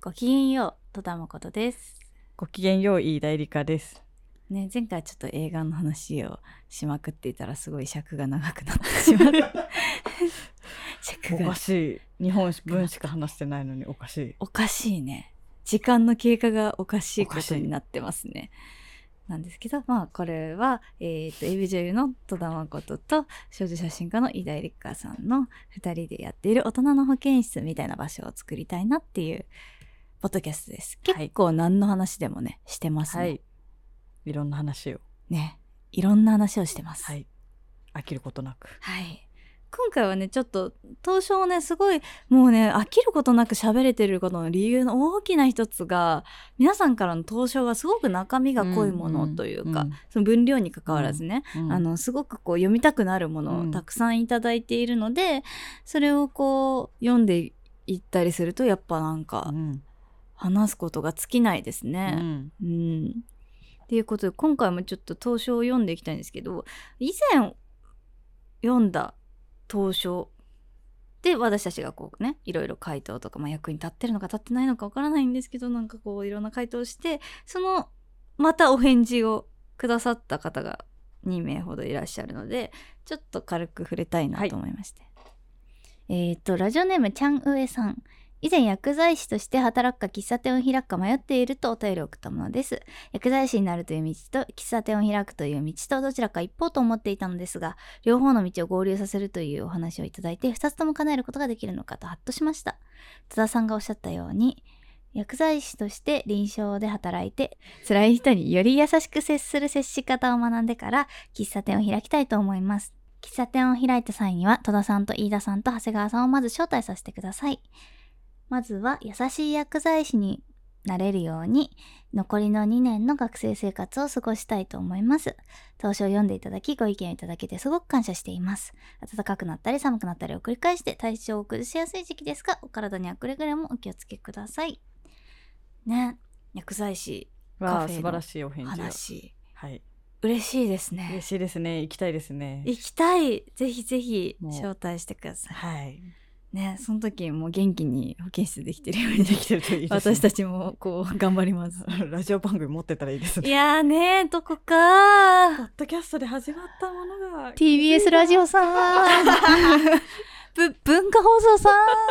ごきげんよう、戸田誠です。 ごきげんよう、飯田絵梨香です。 ね、前回ちょっと映画の話をしまくっていたらすごい尺が長くなってしまうおかしい。日本文しか話してないのにおかしい。 おかしいね。時間の経過がおかしいことになってますね。なんですけど、まあこれは、エビ女優の戸田誠と少女写真家の飯田絵梨香さんの2人でやっている大人の保健室みたいな場所を作りたいなっていうポッドキャストです。結構何の話でもね、してますね。 はい。いろんな話を。 ね。いろんな話をしてます。 はい。飽きることなく。 はい。今回はね、ちょっと当初ね、すごいもうね、飽きることなく喋れてることの理由の大きな一つが、皆さんからの投書がすごく中身が濃いものというか、その分量に関わらずね、すごくこう読みたくなるものをたくさんいただいているので、それをこう読んでいったりすると、やっぱなんか、話すことが尽きないですね。っていうことで、今回もちょっと投書を読んでいきたいんですけど、以前読んだ投書で私たちがこうね、いろいろ回答とか、役に立ってるのか立ってないのかわからないんですけど、なんかこういろんな回答をして、そのまたお返事をくださった方が2名ほどいらっしゃるので、ちょっと軽く触れたいなと思いまして、ラジオネームちゃんうえさん。以前薬剤師として働くか喫茶店を開くか迷っているとお便りを送ったものです。薬剤師になるという道と喫茶店を開くという道とどちらか一方と思っていたのですが、両方の道を合流させるというお話をいただいて、2つとも叶えることができるのかとハッとしました。戸田さんがおっしゃったように、薬剤師として臨床で働いて、辛い人により優しく接する接し方を学んでから喫茶店を開きたいと思います。喫茶店を開いた際には戸田さんと飯田さんと長谷川さんをまず招待させてください。まずは優しい薬剤師になれるように残りの2年の学生生活を過ごしたいと思います。投書を読んでいただきご意見をいただけてすごく感謝しています。暖かくなったり寒くなったりを繰り返して体調を崩しやすい時期ですが、お体にはくれぐれもお気をつけください。ね、薬剤師カフェの話。 素晴らしいお返事。はい。 嬉しいですね。 嬉しいですね。行きたいですね。 行きたい。ぜひぜひ招待してください。 はい。 ね、その時もう元気に保健室できてるようにできてるといいですね。 私たちもこう頑張ります。 ラジオ番組持ってたらいいですね。 いやーね、どこかポッドキャストで始まったものが TBS ラジオさん文化放送さん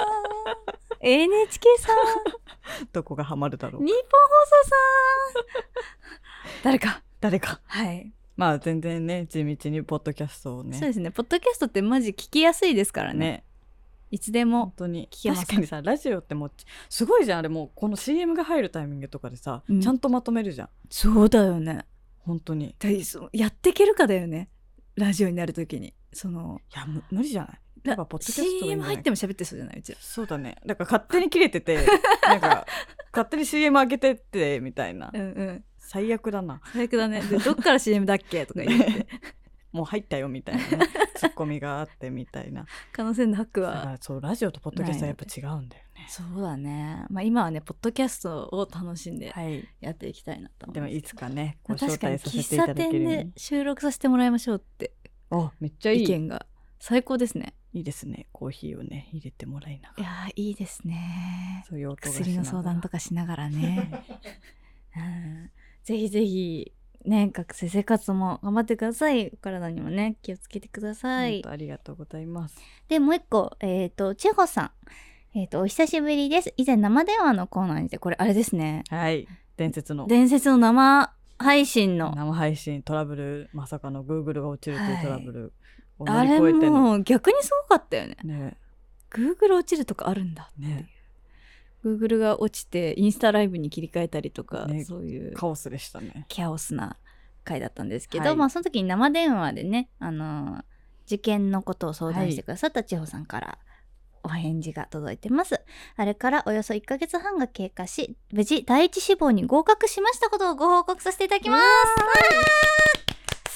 NHK さんどこがハマるだろう。 日本放送さん誰か。はい。 まあ全然ね、地道にポッドキャストをね。 そうですね。ポッドキャストってマジ聞きやすいですからね。いつでも本当に聞けます。確かにさ、ラジオってもうすごいじゃん。あれもうこの CM が入るタイミングとかでさ、ちゃんとまとめるじゃん。 そうだよね。 本当に。 やっていけるかだよね。ラジオになるときに。いや無理じゃない。やっぱポッドキャストがいいんじゃない。 CM 入っても喋ってそうじゃない？うちら。 そうだね。だから勝手に切れててなんか勝手に CM 開けてってみたいな。最悪だな。 最悪だね。でどっから CM だっけとか言って、 もう入ったよみたいなねツッコミがあってみたいな可能性なくは。 だからそう、ラジオとポッドキャストはやっぱ違うんだよね。 そうだね。今はねポッドキャストを楽しんでやっていきたいなと思います。 でもいつかねご招確かに待させていただけるように。 喫茶店で収録させてもらいましょうってめっちゃいい意見が最高ですね。 いいですね。コーヒーをね入れてもらいながら。 いやいいですね。 そういう音がしながら薬の相談とかしながらねぜひぜひね、学生生活も頑張ってください。お体にもね気をつけてください。 本当ありがとうございます。 でもう一個千穂さん、お久しぶりです。以前生電話のコーナーにて、これあれですね。 はい、伝説の生配信トラブル、まさかの Google が落ちるというトラブルを乗り越えての、 あれもう逆にすごかったよね。Google 落ちるとかあるんだっていう、Google が落ちてインスタライブに切り替えたりとか、そういうカオスでしたね。 キャオスな回だったんですけど、その時に生電話でね、受験のことを相談してくださった千穂さんからお返事が届いてます。あれからおよそ1ヶ月半が経過し、無事第一志望に合格しましたことをご報告させていただきます。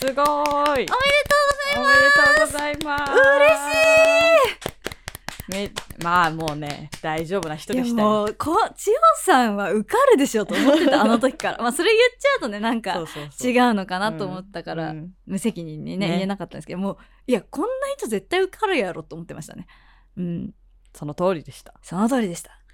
すごーい。おめでとうございます。 嬉しい。 まあもうね大丈夫な人でしたよ。 でも千穂さんは受かるでしょと思ってたあの時からそれ言っちゃうとねなんか違うのかなと思ったから、無責任にね言えなかったんですけど、もういやこんな人絶対受かるやろと思ってましたね。 その通りでした。 その通りでした。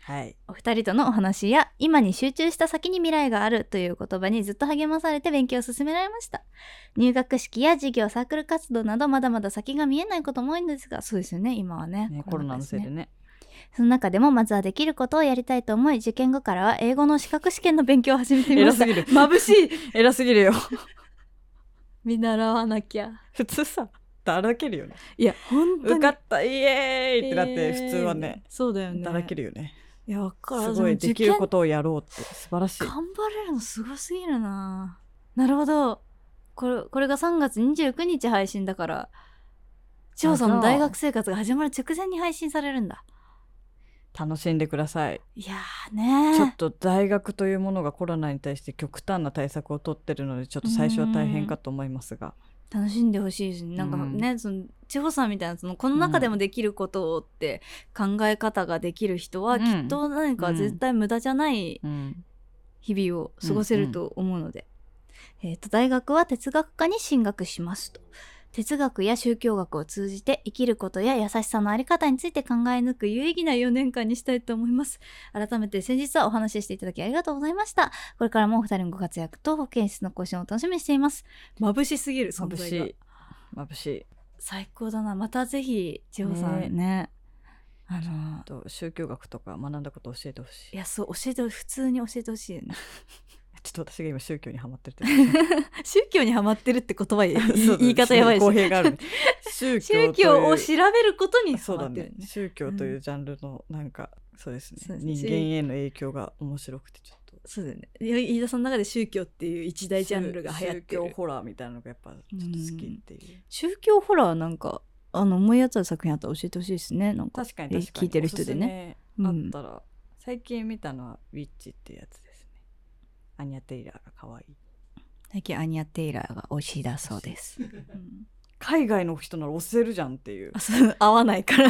はい、 お二人とのお話や今に集中した先に未来があるという言葉にずっと励まされて勉強を進められました。入学式や授業、サークル活動などまだまだ先が見えないことも多いんですが、そうですよね、今はね、 コロナのせいでね。 その中でもまずはできることをやりたいと思い、受験後からは英語の資格試験の勉強を始めてみました。 偉すぎる。 眩しい。 偉すぎるよ。 見習わなきゃ。 普通さだらけるよね。 いや本当に受かったイエーイってなって普通はね、 そうだよね、 だらけるよね。 いや分かる。 すごいできることをやろうって素晴らしい。 頑張れるのすごすぎるな。なるほど。これが3月29日配信だから、千穂さんの大学生活が始まる直前に配信されるんだ。 楽しんでください。 いやね、 ちょっと大学というものがコロナに対して極端な対策を取ってるので、ちょっと最初は大変かと思いますが、 楽しんでほしいですね。なんかね、その千穂さんみたいなこの中でもできることって考え方ができる人は、きっと何か絶対無駄じゃない日々を過ごせると思うので、大学は哲学科に進学しますと。哲学や宗教学を通じて生きることや優しさのあり方について考え抜く有意義な4年間にしたいと思います。改めて先日はお話ししていただきありがとうございました。これからもお二人のご活躍と保健室の更新を楽しみにしています。眩しすぎる存在が。 眩しい。 最高だな。またぜひ千穂さんね、 宗教学とか学んだこと教えてほしい。 いやそう教えて、普通に教えてほしいよね。 ちょっと私が今宗教にハマってるって宗教にハマってるって言葉言い方やばいし、 公平がある。宗教を調べることにハマってる、ね、 宗教というジャンルのなんか、そうですね、人間への影響が面白くてちょっとそうだよね。飯田さんの中で宗教っていう一大ジャンルが流行ってる。 宗教ホラーみたいなのがやっぱちょっと好きっていう。 宗教ホラーなんか思い当たる作品あったら教えてほしいですね。なんか確かに聞いてる人でね、 あったら、最近見たのはウィッチっていうやつですね。アニャ・テイラーが可愛い。最近アニャ・テイラーが推しだそうです。 海外の人なら押せるじゃんっていう。 合わないからね。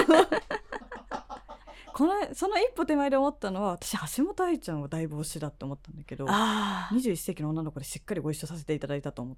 その一歩手前で思ったのは、私橋本愛ちゃんはだいぶ推しだって思ったんだけど、21世紀の女の子でしっかりご一緒させていただいたと思って、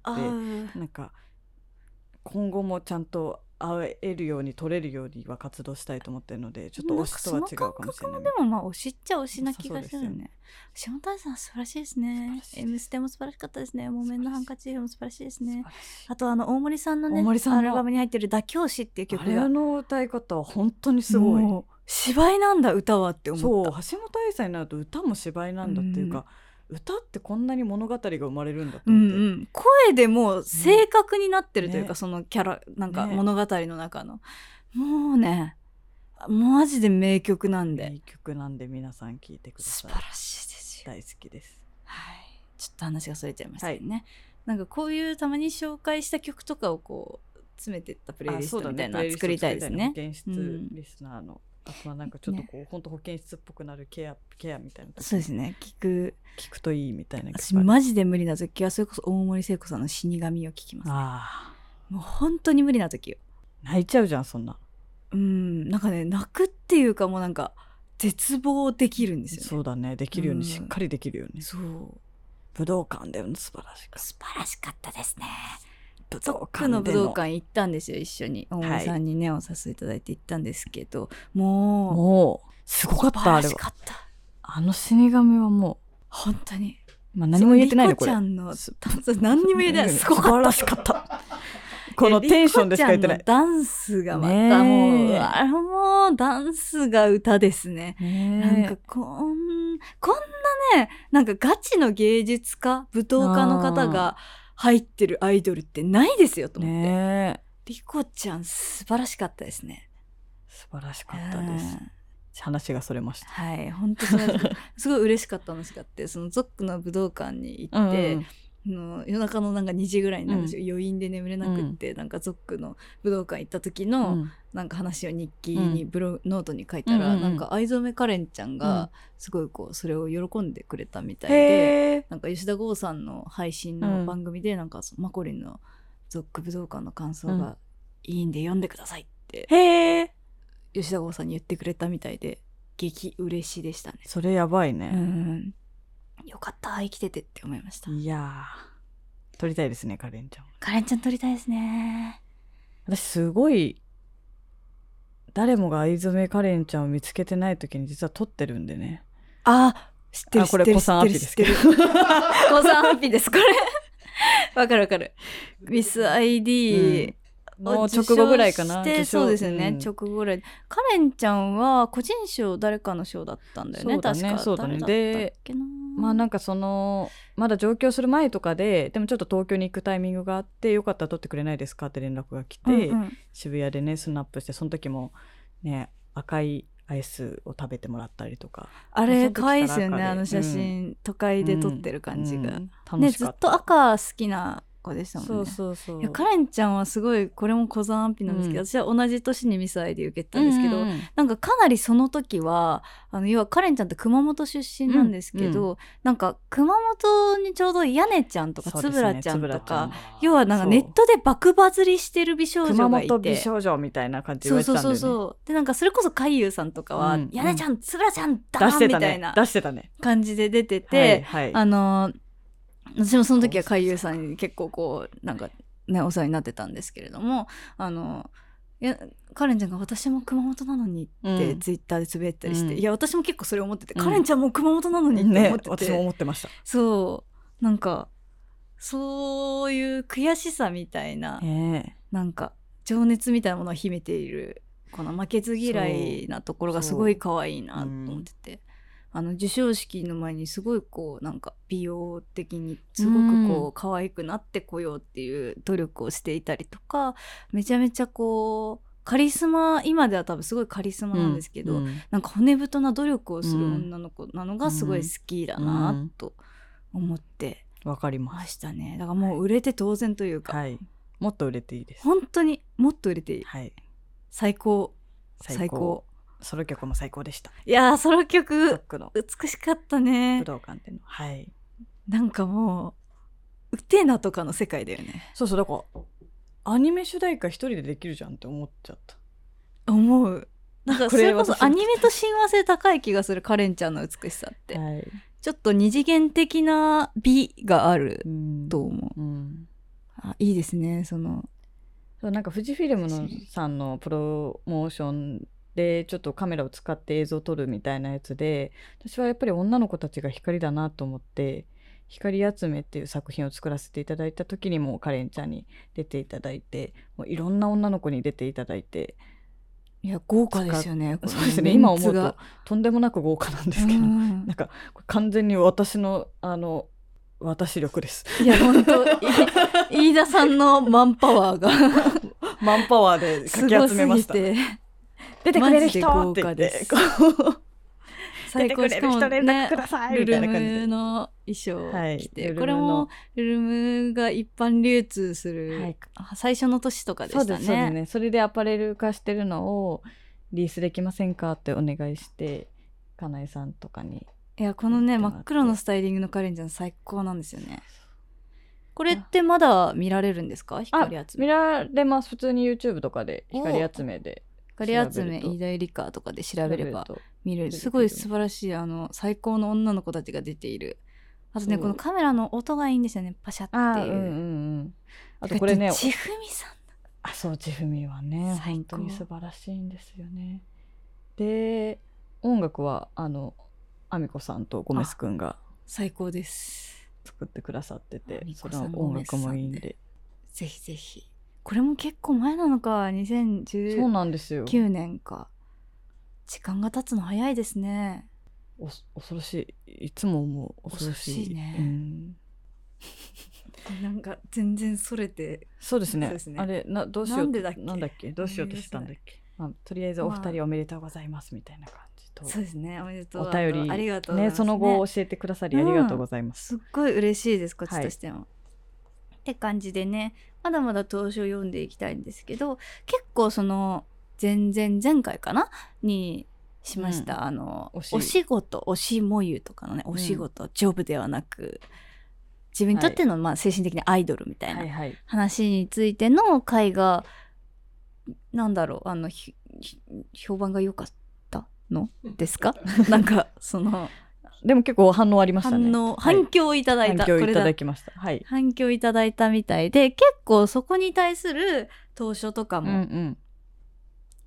なんか今後もちゃんと会えるように取れるようには活動したいと思ってるので、ちょっと推しとは違うかもしれない。 でもまあ推しっちゃ推しな気がするね。橋本愛さん素晴らしいですね。Mステも素晴らしかったですね。木綿のハンカチーフも素晴らしいですね。あと大森さんのね、アルバムに入ってる妥協詞っていう曲が、 あれの歌い方は本当にすごい。 芝居なんだ歌はって思った。 そう、橋本愛さんになると歌も芝居なんだっていうか、歌ってこんなに物語が生まれるんだと思って、 声でもう正確になってるというか、そのキャラなんか物語の中の、もうねマジで名曲なんで皆さん聴いてください。 素晴らしいですよ。 大好きです。 はい、ちょっと話がそれちゃいましたけどね、なんかこういうたまに紹介した曲とかをこう詰めてったプレイリストみたいなの作りたいですね。 保健室リスナーの、あとはなんかちょっとこう、本当保健室っぽくなるケアみたいな。 そうですね。聞くといいみたいな。 私マジで無理な時はそれこそ大森聖子さんの死神を聞きますね。もう本当に無理な時よ。 泣いちゃうじゃんそんな。 なんかね、泣くっていうかもうなんか絶望できるんですよね。 そうだね、できるようにしっかりできるよね。 そう武道館だよね。素晴らしかったですね。 ゾックの武道館行ったんですよ、一緒に。大森さんにね、お誘いいただいて行ったんですけど、もうすごかった。 あれはあの死神はもう本当に、 何も言えてないのこれ。 リコちゃんの何にも言えてない。 素晴らしかった。このテンションでしか言ってない。 リコちゃんのダンスがまたもうダンスが歌ですね。なんかこんなね、なんかガチの芸術家、舞踏家の方が入ってるアイドルってないですよと思って。リコちゃん素晴らしかったですね。 素晴らしかったです。話がそれました。 はい、本当すごい嬉しかった話があって、そのゾックの武道館に行って、夜中のなんか2時ぐらいになんか余韻で眠れなくって、なんかゾックの武道館行った時のなんか話を日記にノートに書いたら、なんか藍染カレンちゃんがすごいこうそれを喜んでくれたみたいで、なんか吉田剛さんの配信の番組でなんかマコリンのゾック武道館の感想がいいんで読んでくださいって吉田剛さんに言ってくれたみたいで、激嬉しいでしたね。 それやばいね。 よかった生きててって思いました。 いやー、撮りたいですね、カレンちゃん。 カレンちゃん撮りたいですね。 私すごい誰もが藍染めカレンちゃんを見つけてない時に実は撮ってるんでね。 知ってる、 これ古参アピですけど古参アピですこれわかるわかる。ミス ID、 の直後ぐらいかな。 そうですよね、直後ぐらい。カレンちゃんは個人賞誰かの賞だったんだよね。確かそうだね。 誰だったっけな。 なんかまだ上京する前とかでもちょっと東京に行くタイミングがあって、よかったら撮ってくれないですかって連絡が来て、渋谷でねスナップして、その時もね赤いアイスを食べてもらったりとか。 あれ可愛いですよね、写真、都会で撮ってる感じが、 楽しかったね。 ずっと赤好きな子でしたもんね。 そういやカレンちゃんはすごい、これも小山安否なんですけど、私は同じ年にミス ID 受けたんですけど、なんかかなりその時は要はカレンちゃんって熊本出身なんですけど、なんか熊本にちょうど屋根ちゃんとかつぶらちゃんとか、要はなんかネットで爆バズりしてる美少女がいて、 熊本美少女みたいな感じで言われてたんだよね。 そうでなんかそれこそ海優さんとかは、屋根ちゃんつぶらちゃんだーみたいな感じで出てて、私もその時は海優さんに結構こうなんかねお世話になってたんですけれども、カレンちゃんが私も熊本なのにってツイッターでつぶやいたりして、いや私も結構それ思ってて、カレンちゃんも熊本なのにって思ってて、 私も思ってました。 そうなんかそういう悔しさみたいな、なんか情熱みたいなものを秘めているこの負けず嫌いなところがすごい可愛いなと思ってて、授賞式の前にすごいこうなんか美容的にすごくこう可愛くなってこようっていう努力をしていたりとか、めちゃめちゃこうカリスマ、今では多分すごいカリスマなんですけど、なんか骨太な努力をする女の子なのがすごい好きだなと思ってわかりましたね。だからもう売れて当然というか、 もっと売れていいです。 本当にもっと売れていい、最高。 ソロ曲も最高でした。 いやーソロ曲美しかったね。 武道館でのなんかもうウテナとかの世界だよね。 そうだからアニメ主題歌一人でできるじゃんって思っちゃった。 思う。なんかそれこそアニメと親和性高い気がする、カレンちゃんの美しさって、ちょっと二次元的な美があると思う。いいですね。 なんか富士フィルムさんのプロモーションでちょっとカメラを使って映像を撮るみたいなやつで、私はやっぱり女の子たちが光だなと思って、光集めっていう作品を作らせていただいた時にもカレンちゃんに出ていただいて、もういろんな女の子に出ていただいて、 いや豪華ですよね。 そうですね、今思うととんでもなく豪華なんですけど、なんか完全に私の私力です。 いや本当飯田さんのマンパワーがマンパワーでかき集めました。出てくれる人って言って最高。しかも連絡くださいみたいな感じでルルムの衣装を着て、これもルルムが一般流通する最初の年とかでしたね。 そうですね。それでアパレル化してるのをリースできませんかってお願いして、かなえさんとかに。 いやこのね真っ黒のスタイリングのカレンちゃん最高なんですよね。これってまだ見られるんですか？光集め。 見られます。普通に YouTube とかで光集めで。 光集め飯田絵梨花とかで調べれば見れる。すごい素晴らしい最高の女の子たちが出ている。あとねこのカメラの音がいいんですよね、パシャっていう。 あとこれね、 ちふみさん。 そうちふみはね本当に素晴らしいんですよね。で音楽はあみこさんとゴメスくんが最高です作ってくださってて、その音楽もいいんでぜひぜひ。これも結構前なのか、2019年か。時間が経つの早いですね。 恐ろしい。いつも思う。恐ろしいね。 なんか全然それて。 そうですね。あれどうしよう。なんだっけどうしようとしたんだっけ。とりあえずお二人おめでとうございますみたいな感じと。 そうですね。おめでとう。 お便りありがとうございます。 その後教えてくださりありがとうございます。 すっごい嬉しいです、こっちとしても。って感じでね、まだまだ投書を読んでいきたいんですけど、結構前回かなにしました、お仕事、おしもゆとかのね、お仕事、ジョブではなく自分にとっての精神的なアイドルみたいな話についての回が、なんだろう、評判が良かったのですか？なんかでも結構反応ありましたね。 反響いただいた。 反響いただきました。 反響いただいたみたいで、結構そこに対する投書とかも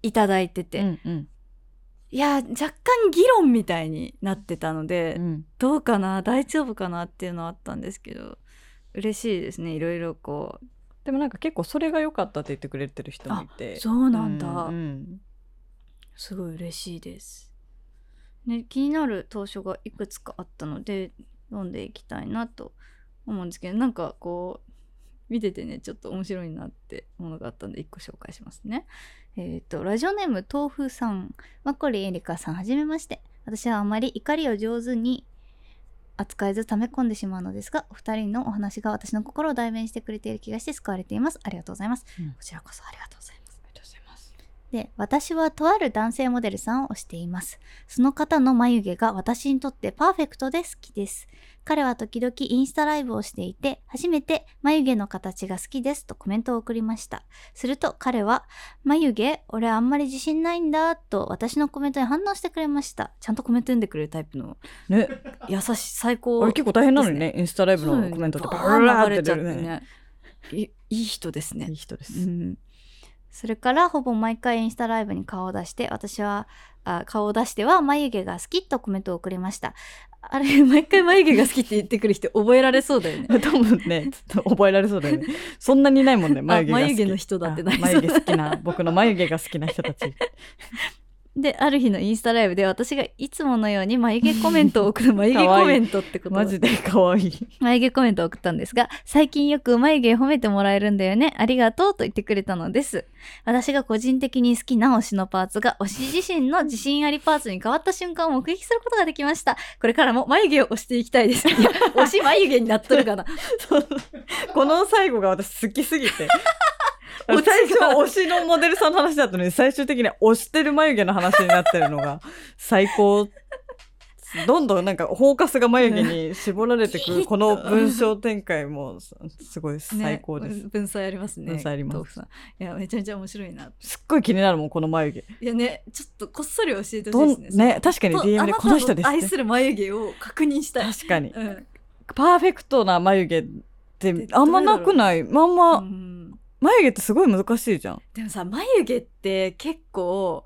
いただいてて、 うんうん、 いや若干議論みたいになってたので、どうかな大丈夫かなっていうのはあったんですけど、嬉しいですね。いろいろこうでもなんか結構それが良かったって言ってくれてる人もいて。 そうなんだ、すごい嬉しいです、ね。気になる投書がいくつかあったので読んでいきたいなと思うんですけど、なんかこう見ててねちょっと面白いなってものがあったんで1個紹介しますね。ラジオネーム豆腐さん、マコリエリカさん、はじめまして。私はあまり怒りを上手に扱えず溜め込んでしまうのですが、お二人のお話が私の心を代弁してくれている気がして救われています。ありがとうございます、こちらこそありがとうございます。で、私はとある男性モデルさんを推しています。その方の眉毛が私にとってパーフェクトで好きです。彼は時々インスタライブをしていて、初めて眉毛の形が好きですとコメントを送りました。すると彼は、眉毛俺あんまり自信ないんだと私のコメントに反応してくれました。ちゃんとコメント読んでくれるタイプの、ね、優しい最高、 あれ結構大変なのにね、インスタライブのコメントってバーって出るね。 いい人ですね。 いい人です、 それからほぼ毎回インスタライブに顔を出して、私は顔を出しては眉毛が好きとコメントを送りました。あれ毎回眉毛が好きって言ってくる人覚えられそうだよね。 多分ね覚えられそうだよね。そんなにないもんね、眉毛が好き、 眉毛の人だってない。 眉毛好きな僕の眉毛が好きな人たちで、ある日のインスタライブで私がいつものように眉毛コメントを送る眉毛コメントってことマジで可愛い眉毛コメントを送ったんですが、最近よく眉毛褒めてもらえるんだよね、ありがとうと言ってくれたのです。私が個人的に好きな推しのパーツが推し自身の自信ありパーツに変わった瞬間を目撃することができました。これからも眉毛を推していきたいです。いや、推し眉毛になっとるかなこの最後が私好きすぎて最初推しのモデルさんの話だったのに、最終的に推してる眉毛の話になってるのが最高。どんどんなんかフォーカスが眉毛に絞られてくるこの文章展開もすごい最高です、 ね、文才ありますね。 文才あります。 いやめちゃめちゃ面白いな。 すっごい気になるもんこの眉毛。 いやね、ちょっとこっそり教えてほしいですね。 ね、確かに DM でこの人です、ね、 愛する眉毛を確認したい。 確かに、パーフェクトな眉毛ってあんまなくない？まんま、眉毛ってすごい難しいじゃん。 でもさ、眉毛って結構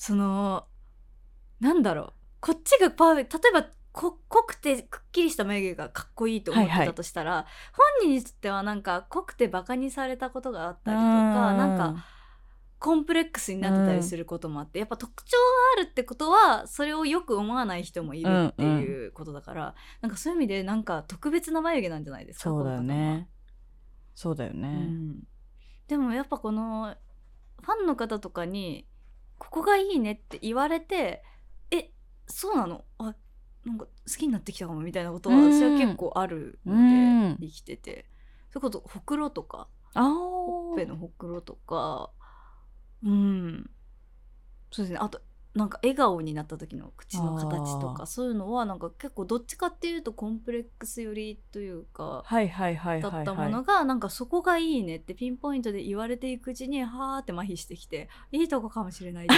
なんだろう、こっちがパーフェクト、例えば濃くてくっきりした眉毛がかっこいいと思ってたとしたら、本人にとってはなんか濃くてバカにされたことがあったりとか、なんかコンプレックスになってたりすることもあって、やっぱ特徴があるってことはそれをよく思わない人もいるっていうことだから、なんかそういう意味でなんか特別な眉毛なんじゃないですか。 そうだよね、そうだよね、 でもやっぱこのファンの方とかにここがいいねって言われて、そうなの、なんか好きになってきたかもみたいなことは私は結構あるので、生きてて、そういうこと、ほくろとかほっぺのほくろとか、そうですね。あとなんか笑顔になった時の口の形とか、そういうのはなんか結構どっちかっていうとコンプレックス寄りというかだったものが、なんかそこがいいねってピンポイントで言われていくうちにはーって麻痺してきて、いいとこかもしれない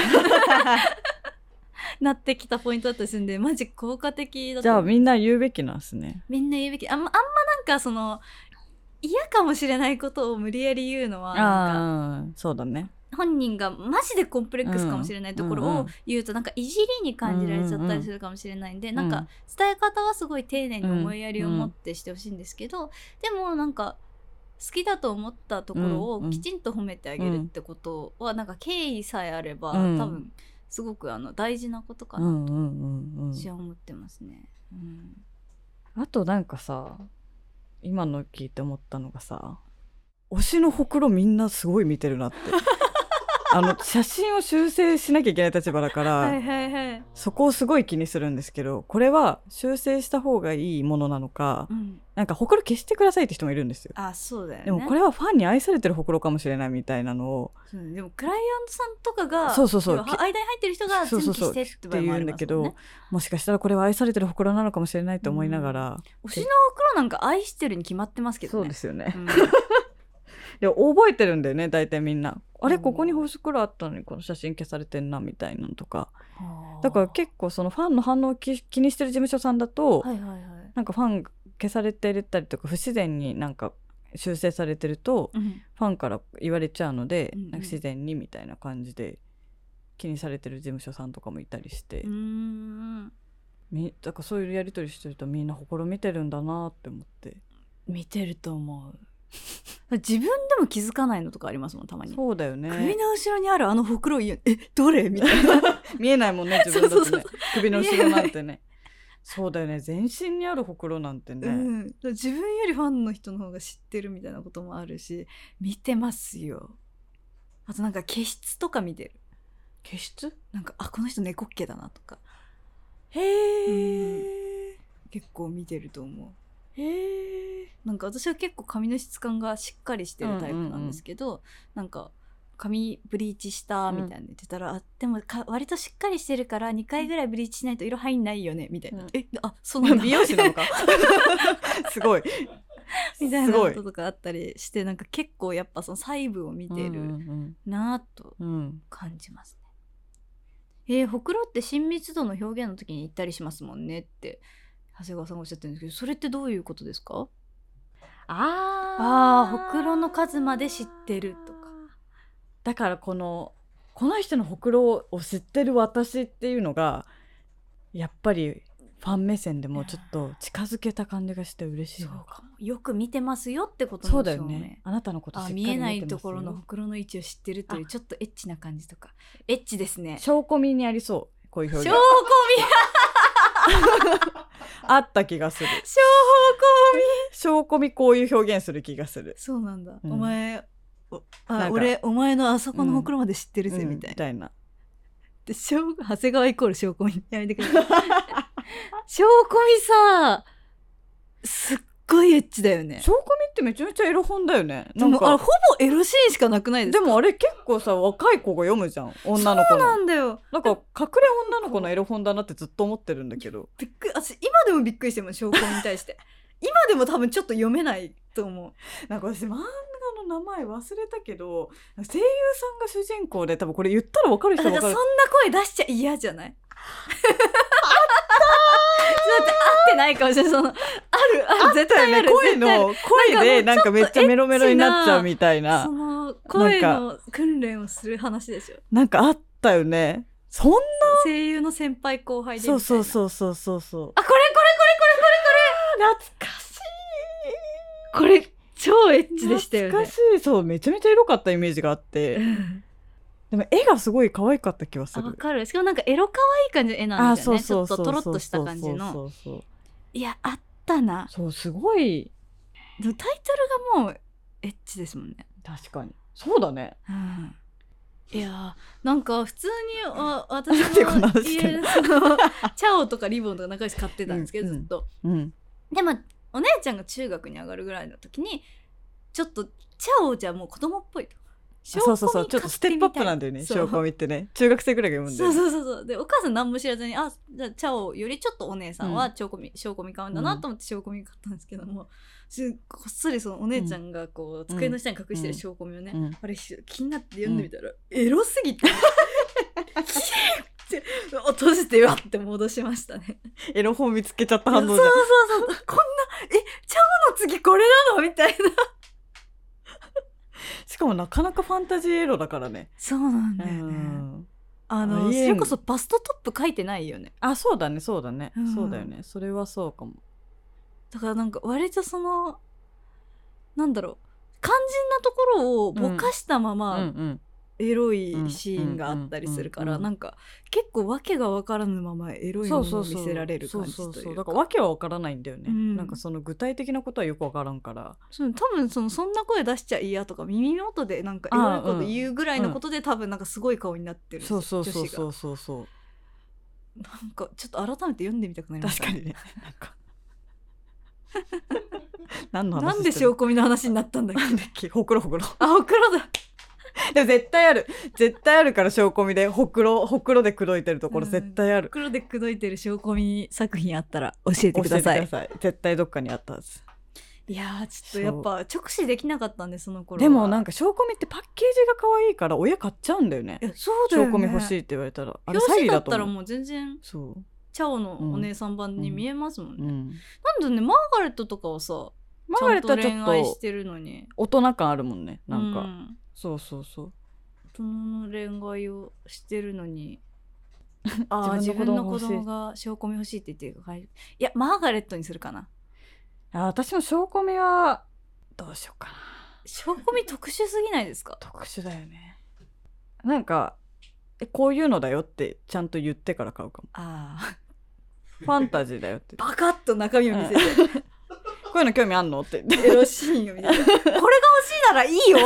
なってきたポイントだったりするんで、マジ効果的だと。 じゃあみんな言うべきなんですね。 みんな言うべき。あんまなんか嫌かもしれないことを無理やり言うのはなんか、 そうだね、 本人がマジでコンプレックスかもしれないところを言うとなんかいじりに感じられちゃったりするかもしれないんで、なんか伝え方はすごい丁寧に思いやりを持ってしてほしいんですけど、でもなんか好きだと思ったところをきちんと褒めてあげるってことは、なんか敬意さえあれば、多分すごく大事なことかなと私は思ってますね。 あとなんかさ、今の聞いて思ったのがさ、推しのほくろみんなすごい見てるなって写真を修正しなきゃいけない立場だからそこをすごい気にするんですけど、これは修正した方がいいものなのか、なんかほくろ消してくださいって人もいるんですよ。 そうだよね。 でもこれはファンに愛されてるほくろかもしれないみたいなのを、 でもクライアントさんとかが間に入ってる人が全部消してって場合もありますもんね。って言うんだけど、 もしかしたらこれは愛されてるほくろなのかもしれないと思いながら、 推しのほくろなんか愛してるに決まってますけどね。 そうですよね、で覚えてるんだよね大体みんな。あれここにほくろあったのにこの写真消されてんなみたいなのとか。だから結構そのファンの反応を気にしてる事務所さんだと、なんかファン消されてたりとか不自然になんか修正されてると、ファンから言われちゃうので、なんか自然にみたいな感じで気にされてる事務所さんとかもいたりして、だからそういうやり取りしてるとみんなほころ見てるんだなって思って。 見てると思う。自分でも気づかないのとかありますもん、たまに。 そうだよね。 首の後ろにあるあのほくろどれみたいな見えないもんね、自分だとね。そう首の後ろなんてね。そうだよね、全身にあるほくろなんてね、 自分よりファンの人の方が知ってるみたいなこともあるし、見てますよ。あとなんか毛質とか見てる。 毛質？ なんかこの人猫っ毛だなとか。 へえ、 結構見てると思う。 へえ。 なんか私は結構髪の質感がしっかりしてるタイプなんですけど、なんか髪ブリーチしたみたいな言ってたら、でも割としっかりしてるから2回ぐらいブリーチしないと色入んないよねみたいな、そうなんだ美容師なのかすごいみたいなこととかあったりして、なんか結構やっぱその細部を見てるなと感じますね。ほくろって親密度の表現の時に言ったりしますもんねって長谷川さんがおっしゃってるんですけど、それってどういうことですか？ほくろの数まで知ってるとか。 だからこの人のほくろを知ってる私っていうのがやっぱりファン目線でもちょっと近づけた感じがして嬉しい。 そうかも。よく見てますよってことなんでしょうね。 そうだよね。あなたのことしっかり見てますよ。 見えないところのほくろの位置を知ってるというちょっとエッチな感じとか。エッチですね。 証拠見にありそう、こういう表現。 証拠見あった気がする。証拠見こういう表現する気がする。 そうなんだ、お前俺お前のあそこのほくろまで知ってるぜ、みたいな。で長谷川イコール証拠見やめてくれ証拠見さすっごいエッチだよね。 証拠見ってめちゃめちゃエロ本だよね。 なんかほぼエロシーンしかなくないですか？ でもあれ結構さ若い子が読むじゃん、女の子の。 そうなんだよ。 なんか隠れ女の子のエロ本だなってずっと思ってるんだけど、 私今でもびっくりしても証拠に対して今でも多分ちょっと読めないと思う。 なんか私漫画の名前忘れたけど、声優さんが主人公で、多分これ言ったら分かる人分かる。 そんな声出しちゃ嫌じゃない？だって合ってないかもしれない。そのある絶対ある。 声でなんかめっちゃメロメロになっちゃうみたいな、 その声の訓練をする話でしょ。 なんかあったよね。そんな声優の先輩後輩でみたいな。 そうこれ懐かしい。 これ超エッチでしたよね。 懐かしい。そう、めちゃめちゃエロかったイメージがあってでも絵がすごい可愛かった気がする。 わかる。しかもなんかエロ可愛い感じの絵なんですよね。ちょっとトロッとした感じの。いやあったな。 そう、すごい。 でもタイトルがもうエッチですもんね。 確かにそうだね、 いやなんか普通に私の家でチャオとかリボンとか仲良し買ってたんですけど、ずっと、でもお姉ちゃんが中学に上がるぐらいの時にちょっとチャオじゃもう子供っぽいと。 そうちょっとステップアップなんだよね、証拠見ってね。中学生ぐらいが読むんだよね。 そうでお母さん何も知らずにじゃあチャオよりちょっとお姉さんは証拠見買うんだなと思って証拠見買ったんですけども、こっそりそのお姉ちゃんがこう、机の下に隠してる証拠見をね、あれ気になって読んでみたら、エロすぎて閉じてわって戻しましたね。 エロ本見つけちゃった反応じゃん。 そうこんなチャオの次これなのみたいな。 しかもなかなかファンタジーエロだからね。 そうなんだよね。それこそバストトップ書いてないよね。 そうだね、そうだよね。それはそうかも。 だからなんか割とそのなんだろう、肝心なところをぼかしたまま、エロいシーンがあったりするから、なんか結構訳が分からぬままエロいものを見せられる感じというか。そうだから訳は分からないんだよね、なんかその具体的なことはよく分からんから。多分そんな声出しちゃ嫌とか耳元でなんかエロいこと言うぐらいのことで、多分なんかすごい顔になってるんですよ。 そうなんかちょっと改めて読んでみたくなりました。 確かにね。なんか何の話なんで証拠見の話になったんだっけ。 ほくろほくろだ。でも絶対あるから証拠見でほくろで口説いてるところ絶対ある。 ほくろで口説いてる証拠見作品あったら教えてください。 絶対どっかにあったはず。 いやちょっとやっぱ直視できなかったんで、その頃は。 でもなんか証拠見ってパッケージが可愛いから親買っちゃうんだよね。 そうだよね。 証拠見欲しいって言われたら、あれ表紙だったらもう全然そうチャオのお姉さん版に見えますもんね、なんでね、マーガレットとかはさ、ちゃんと恋愛してるのに大人感あるもんね、なんか、そう大人の恋愛をしてるのに自分の子供が証拠見欲しいって言ってる。いやマーガレットにするかな。 私も証拠見はどうしようかな。 証拠見特殊すぎないですか？ 特殊だよね。なんかこういうのだよってちゃんと言ってから買うかも。ファンタジーだよってバカッと中身を見せてこういうの興味あんのってエロシーンを見てこれが欲しいならいいよ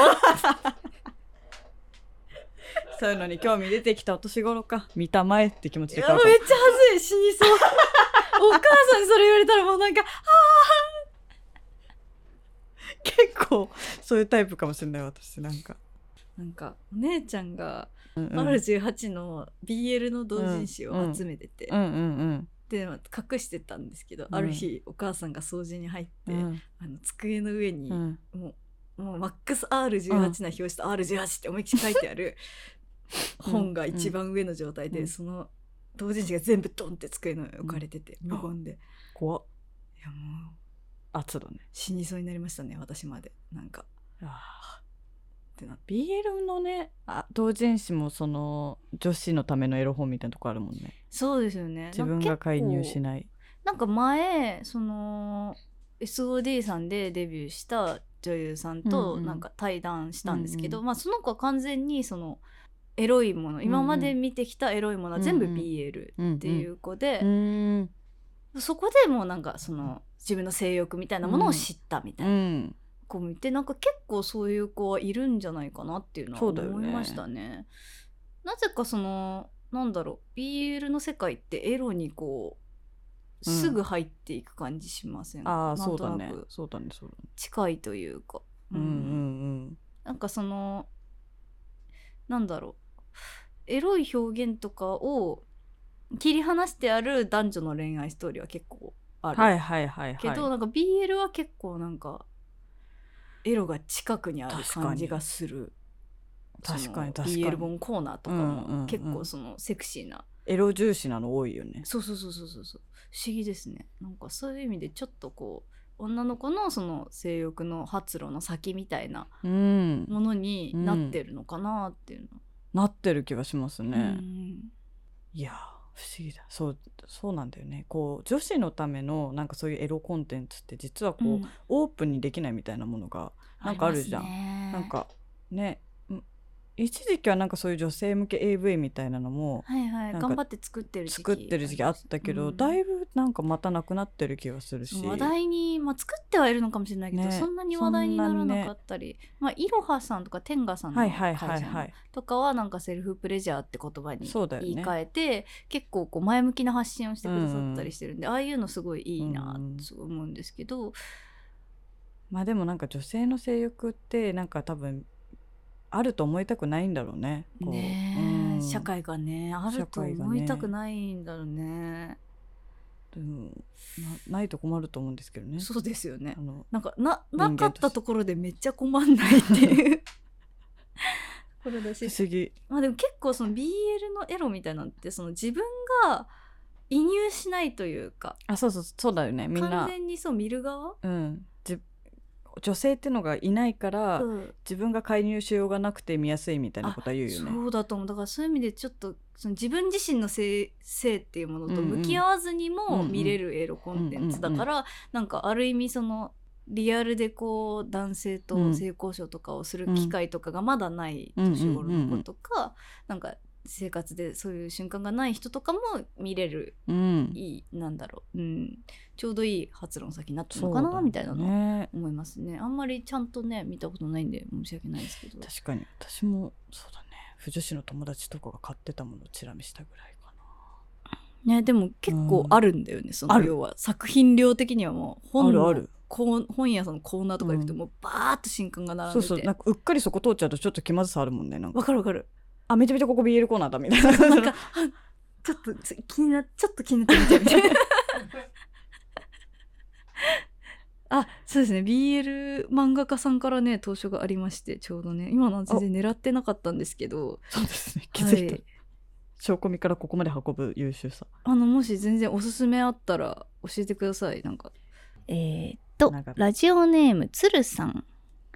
そういうのに興味出てきたお年頃か、見たまえって気持ちで買うかも。 めっちゃ恥ずい、死にそうお母さんにそれ言われたらもうなんか結構そういうタイプかもしれない。私なんかお姉ちゃんが R18 の BL の同人誌を集めてて、で隠してたんですけど、ある日お母さんが掃除に入って、机の上に、もうマックス R18 な表紙と R18 って思いっきり書いてある本が一番上の状態で、その同人誌が全部ドンって机の上に置かれてて、無言で怖っ。 いやもう圧だね。 死にそうになりましたね、私まで。なんか BL のね、同人誌もその女子のためのエロ本みたいなとこあるもんね。 そうですよね。 自分が介入しない。 なんか前その SOD さんでデビューした女優さんとなんか対談したんですけど、その子は完全にそのエロいもの、今まで見てきたエロいものは全部 BL っていう子で、そこでもうなんかその自分の性欲みたいなものを知ったみたいな子もいて、なんか結構そういう子はいるんじゃないかなっていうのは思いましたね。なぜかそのなんだろう、 BL の世界ってエロにこうすぐ入っていく感じしません？ そうだね、そうだね、そうだね、 近いというか、なんかそのなんだろう、エロい表現とかを切り離してある男女の恋愛ストーリーは結構あるけど、なんか BL は結構なんかエロが近くにある感じがする。 確かに BL 本コーナーとかも結構そのセクシーなエロ重視なの多いよね。 そう不思議ですね。なんかそういう意味でちょっとこう女の子のその性欲の発露の先みたいなものになってるのかなっていうの、 なってる気がしますね。いや不思議だ。そうなんだよね。こう女子のためのなんかそういうエロコンテンツって実はこう、オープンにできないみたいなものがなんかあるじゃん。なんかね、一時期はなんかそういう女性向け AV みたいなのも、 頑張って作ってる時期あったけど、だいぶなんかまたなくなってる気がするし、 話題に、作ってはいるのかもしれないけど、そんなに話題にならなかったり、いろはさんとか天賀さんの会社とかはなんかセルフプレジャーって言葉に言い換えて、結構こう前向きな発信をしてくださったりしてるんで、ああいうのすごいいいなと思うんですけど、 でもなんか女性の性欲ってなんか多分あると思いたくないんだろうね。 社会がね、あると思いたくないんだろうね。 ないと困ると思うんですけどね。 そうですよね。なんか なかったところでめっちゃ困んないっていうこれだし、 不思議。 でも結構その BL のエロみたいなのってその自分が移入しないというか、 そうだよね。みんな完全にそう見る側、 女性ってのがいないから、自分が介入しようがなくて見やすいみたいなことは言うよね。 そうだと思う。だからそういう意味でちょっとその自分自身の性っていうものと向き合わずにも見れるエロコンテンツだから、なんかある意味そのリアルでこう男性と性交渉とかをする機会とかがまだない年頃の子とか、なんか生活でそういう瞬間がない人とかも見れる、いいなんだろう、ちょうどいい発論先になったのかな、みたいなの思いますね。あんまりちゃんとね見たことないんで申し訳ないですけど。 確かに私もそうだね。腐女子の友達とかが買ってたものをチラ見したぐらいかな。ね、でも結構あるんだよね。その要は作品量的にはもう本屋さんのコーナーとか行くともうバーッと新刊が並んでて、 なんかうっかりそこ通っちゃうとちょっと気まずさあるもんね。なんかわかる。 めちゃめちゃここ BL コーナーだみたいな。 なんかちょっと気になってみたいみたいな。そうですね。BL 漫画家さんからね投書がありまして、ちょうどね今のは全然狙ってなかったんですけど。 そうですね。気づいた。証拠見からここまで運ぶ優秀さ。 もし全然おすすめあったら教えてください。なんかラジオネームつるさん。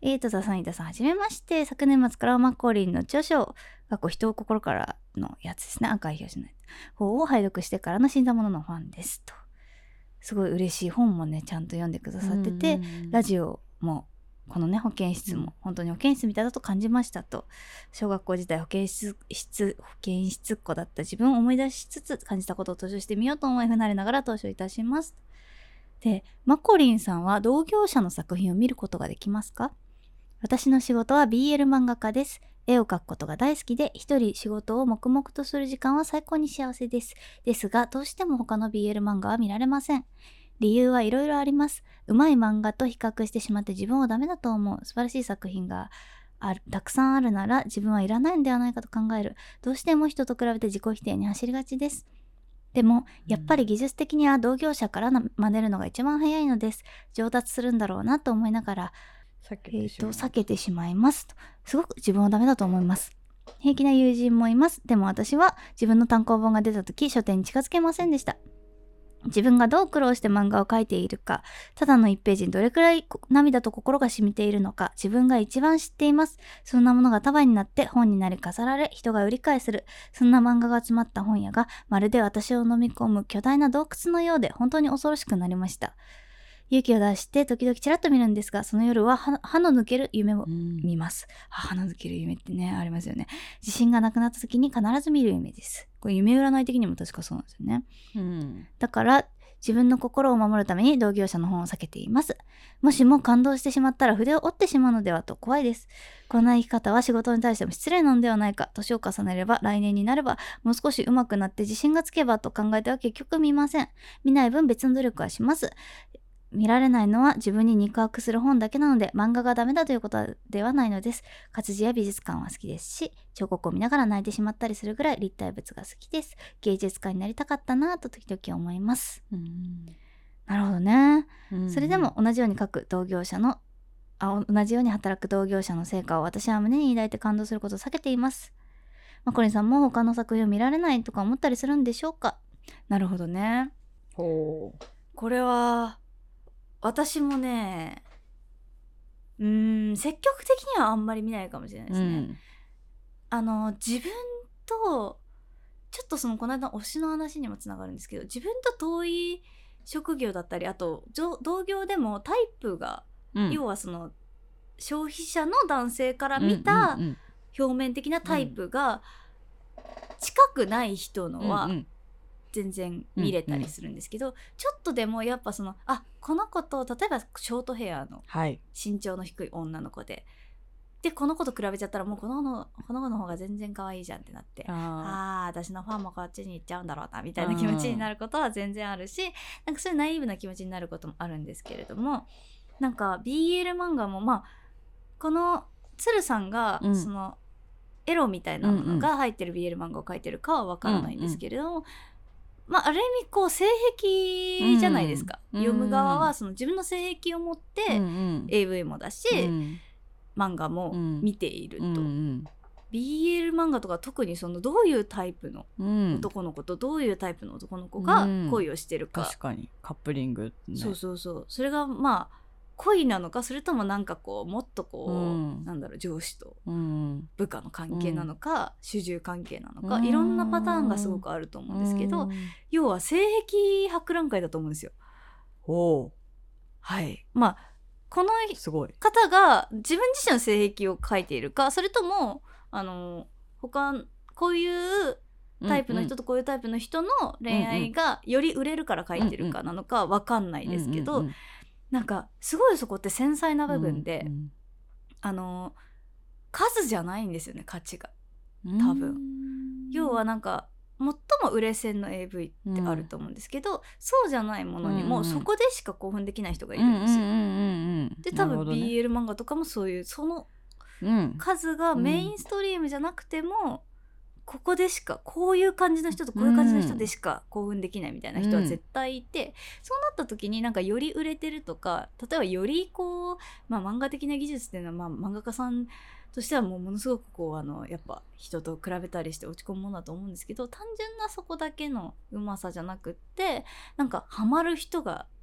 田さん、飯田さん、はじめまして。昨年末からマッコーリンの著書、人を心からのやつですね。赤い表紙の方を拝読してからの死んだもののファンですと。すごい嬉しい。本もね、ちゃんと読んでくださってて、ラジオも、このね、保健室も、本当に保健室みたいだと感じましたと。小学校時代保健室っ子だった自分を思い出しつつ感じたことを投書してみようと思い、不慣れながら投書いたします。で、マコリンさんは同業者の作品を見ることができますか？私の仕事は BL 漫画家です。絵を描くことが大好きで、一人仕事を黙々とする時間は最高に幸せです。ですが、どうしても他の BL 漫画は見られません。理由はいろいろあります。うまい漫画と比較してしまって自分をダメだと思う。素晴らしい作品がたくさんあるなら自分はいらないんではないかと考える。どうしても人と比べて自己否定に走りがちです。でもやっぱり技術的には同業者から真似るのが一番早いのです。上達するんだろうなと思いながら避けてしまいますと。すごく自分はダメだと思います。平気な友人もいます。でも私は自分の単行本が出た時書店に近づけませんでした。自分がどう苦労して漫画を描いているか、ただの1ページにどれくらい涙と心が染みているのか、自分が一番知っています。そんなものが束になって本になり飾られ、人が売り買いする。そんな漫画が詰まった本屋がまるで私を飲み込む巨大な洞窟のようで本当に恐ろしくなりました。勇気を出して時々ちらっと見るんですが、その夜は歯の抜ける夢を見ます。歯の抜ける夢ってね、ありますよね。自信がなくなった時に必ず見る夢です。これ夢占い的にも確かそうなんですよね。だから自分の心を守るために同業者の本を避けています。もしも感動してしまったら筆を折ってしまうのではと怖いです。こんな生き方は仕事に対しても失礼なのではないか。年を重ねれば来年になればもう少し上手くなって自信がつけばと考えては結局見ません。見ない分別の努力はします。見られないのは自分に肉薄する本だけなので、漫画がダメだということではないのです。活字や美術館は好きですし、彫刻を見ながら泣いてしまったりするぐらい立体物が好きです。芸術家になりたかったなぁと時々思います。なるほどね。それでも同じように書く同業者の同じように働く同業者の成果を私は胸に抱いて感動することを避けています。マコリンさんも他の作品を見られないとか思ったりするんでしょうか？なるほどね。これは私もね、積極的にはあんまり見ないかもしれないですね。自分とちょっとこの間推しの話にもつながるんですけど、自分と遠い職業だったり、あと同業でもタイプが、要は消費者の男性から見た表面的なタイプが近くない人のは全然見れたりするんですけど、ちょっとでもやっぱこの子と例えばショートヘアの身長の低い女の子で、この子と比べちゃったらもうこの子の方が全然可愛いじゃんってなって、私のファンもこっちに行っちゃうんだろうなみたいな気持ちになることは全然あるし、なんかそういうナイーブな気持ちになることもあるんですけれども、なんか BL 漫画もこの鶴さんがエロみたいなものが入ってる BL 漫画を描いてるかはわからないんですけれども、ある意味性癖じゃないですか。読む側は自分の性癖を持って、AV もだし、漫画も見ていると、BL 漫画とか特にどういうタイプの男の子とどういうタイプの男の子が恋をしてるか、 確かにカップリング、ね、 そうそれが恋なのか、それともなんかもっとなんだろう、上司と部下の関係なのか、主従関係なのか、いろんなパターンがすごくあると思うんですけど、要は性癖博覧会だと思うんですよ。はい。この方が自分自身の性癖を書いているか、それともこういうタイプの人とこういうタイプの人の恋愛がより売れるから書いてるかなのか分かんないですけど、なんかすごいそこって繊細な部分で、数じゃないんですよね、価値が多分。要はなんか最も売れ線の AV ってあると思うんですけど、そうじゃないものにもそこでしか興奮できない人がいるんですよ。で多分 BL 漫画とかもそういう数がメインストリームじゃなくても、ここでしかこういう感じの人とこういう感じの人でしか興奮できないみたいな人は絶対いて、そうなった時になんかより売れてるとか、例えばより漫画的な技術っていうのは漫画家さんとしてはものすごくやっぱ人と比べたりして落ち込むものだと思うんですけど、単純なそこだけのうまさじゃなくって、なんかハマる人が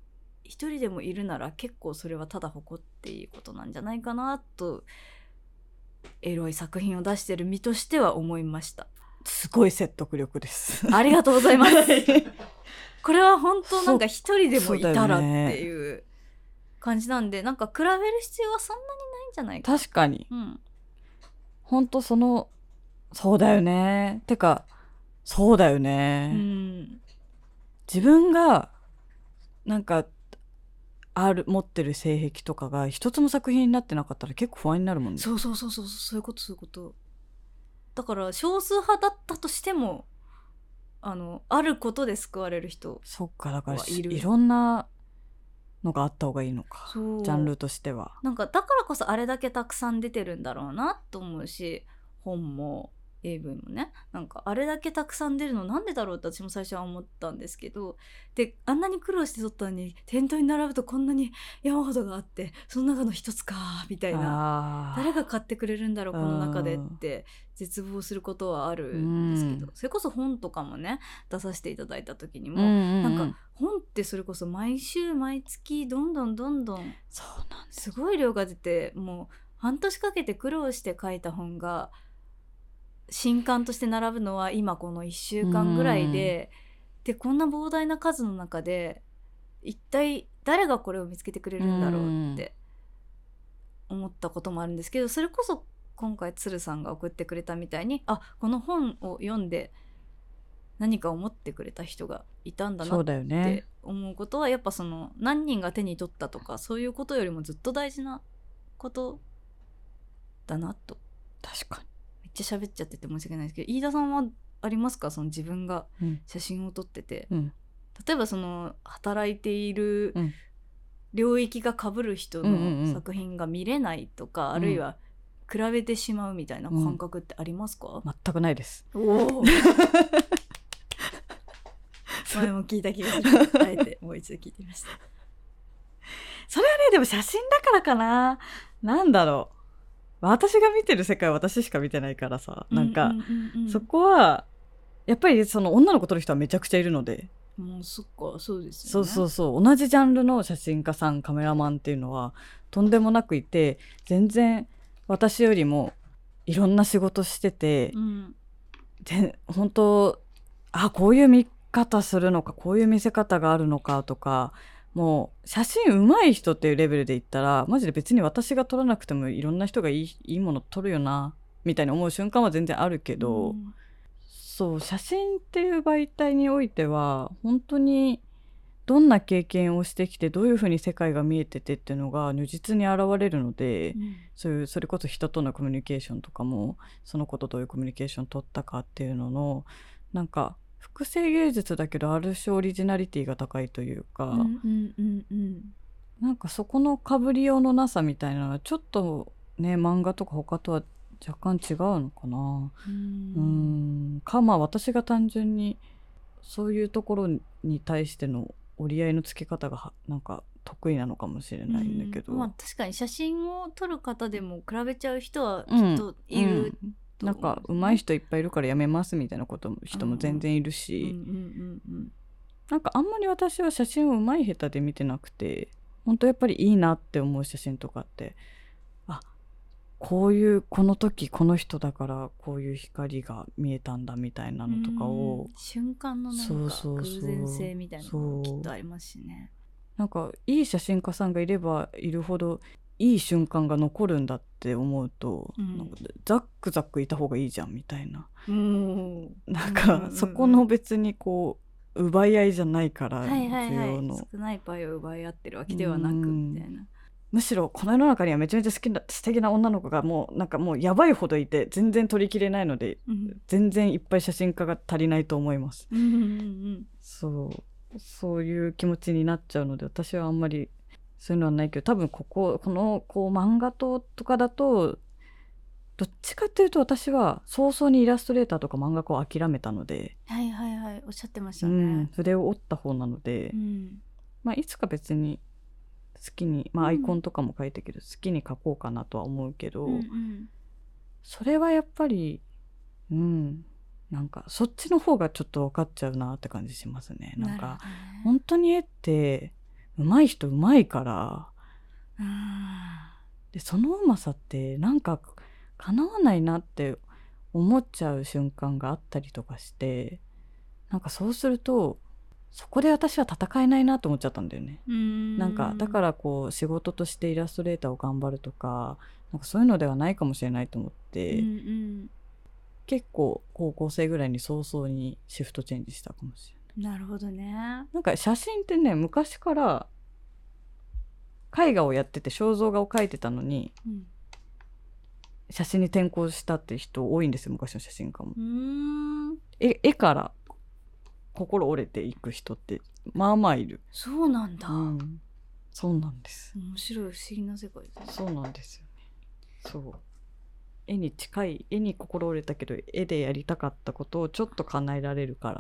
一人でもいるなら結構それはただ誇っていいことなんじゃないかなとエロい作品を出してる身としては思いました。 すごい説得力です。 ありがとうございますこれは本当なんか一人でもいたらっていう感じなんで、なんか比べる必要はそんなにないんじゃないか。 確かに、本当そうだよね。てかそうだよね、自分がなんか持ってる性癖とかが一つも作品になってなかったら結構不安になるもんね。 そういうことだから少数派だったとしてもあることで救われる人。 そっか、だからいろんなのがあった方がいいのか、ジャンルとしては。 なんかだからこそあれだけたくさん出てるんだろうなと思うし、本も AV もね、なんかあれだけたくさん出るのなんでだろうって私も最初は思ったんですけど、であんなに苦労して撮ったのに店頭に並ぶとこんなに山ほどがあって、その中の一つかみたいな、誰が買ってくれるんだろうこの中でって絶望することはあるんですけど、それこそ本とかもね出させていただいた時にも、なんか本ってそれこそ毎週毎月どんどんそうなんすごい量が出て、もう半年かけて苦労して書いた本が新刊として並ぶのは今この1週間ぐらいで、でこんな膨大な数の中で一体誰がこれを見つけてくれるんだろうって思ったこともあるんですけど、それこそ今回鶴さんが送ってくれたみたいに、この本を読んで何か思ってくれた人がいたんだなって思うことは、やっぱその何人が手に取ったとかそういうことよりもずっと大事なことだなと。 確かにめっちゃ喋っちゃってて申し訳ないですけど、飯田さんはありますか、その自分が写真を撮ってて、例えばその働いている領域が被る人の作品が見れないとか、あるいは比べてしまうみたいな感覚ってありますか？ 全くないです。 前も聞いた気がするあえてもう一度聞いてみました。 それはね、でも写真だからかな。なんだろう、私が見てる世界は私しか見てないからさ、なんか、そこはやっぱりその女の子撮る人はめちゃくちゃいるので、 もうそっか、そうですよね。 そう同じジャンルの写真家さんカメラマンっていうのはとんでもなくいて、全然私よりもいろんな仕事してて、本当こういう見方するのか、こういう見せ方があるのかとか、もう写真上手い人っていうレベルで言ったらマジで別に私が撮らなくてもいろんな人がいいもの撮るよなみたいに思う瞬間は全然あるけど、そう写真っていう媒体においては本当にどんな経験をしてきてどういうふうに世界が見えててっていうのが如実に現れるので、それこそ人とのコミュニケーションとかも、その子とどういうコミュニケーション取ったかっていうのの、なんか複製芸術だけどある種オリジナリティが高いというか、なんかそこのかぶりようのなさみたいなのはちょっとね、漫画とか他とは若干違うのかな。まあ私が単純にそういうところに対しての折り合いのつけ方がなんか得意なのかもしれないんだけど、 確かに写真を撮る方でも比べちゃう人はきっといる、 なんか上手い人いっぱいいるからやめますみたいな人も全然いるし、なんかあんまり私は写真を上手い下手で見てなくて、本当やっぱりいいなって思う写真とかって、この時この人だからこういう光が見えたんだみたいなのとかを、 瞬間のなんか偶然性みたいなのがきっとありますしね。 なんかいい写真家さんがいればいるほどいい瞬間が残るんだって思うと、なんかザックザックいた方がいいじゃんみたいな、なんかそこの別にこう奪い合いじゃないから、 少ないパイを奪い合ってるわけではなくみたいな。 むしろこの世の中にはめちゃめちゃ素敵な女の子がもうやばいほどいて全然撮りきれないので、全然いっぱい写真家が足りないと思います。そういう気持ちになっちゃうので、私はあんまりそういうのはないけど、多分この漫画とかだとどっちかっていうと私は早々にイラストレーターとか漫画家を諦めたので、 おっしゃってましたね。 それを折った方なので、いつか別に好きに、アイコンとかも書いてるけど、好きに書こうかなとは思うけど、それはやっぱりなんかそっちの方がちょっと分かっちゃうなって感じしますね。なんか本当に絵って上手い人上手いから、でそのうまさってなんか叶わないなって思っちゃう瞬間があったりとかして、なんかそうするとそこで私は戦えないなと思っちゃったんだよね。なんかだからこう仕事としてイラストレーターを頑張るとか、なんかそういうのではないかもしれないと思って、結構高校生ぐらいに早々にシフトチェンジしたかもしれない。 なるほどね。 なんか写真ってね、昔から絵画をやってて肖像画を描いてたのに、写真に転向したって人多いんですよ、昔の写真家も。絵から心折れていく人ってまあまあいる。 そうなんだ、 そうなんです。 面白い、不思議な世界ですね。 そうなんですよね。そう、絵に近い、絵に心折れたけど絵でやりたかったことをちょっと叶えられるから、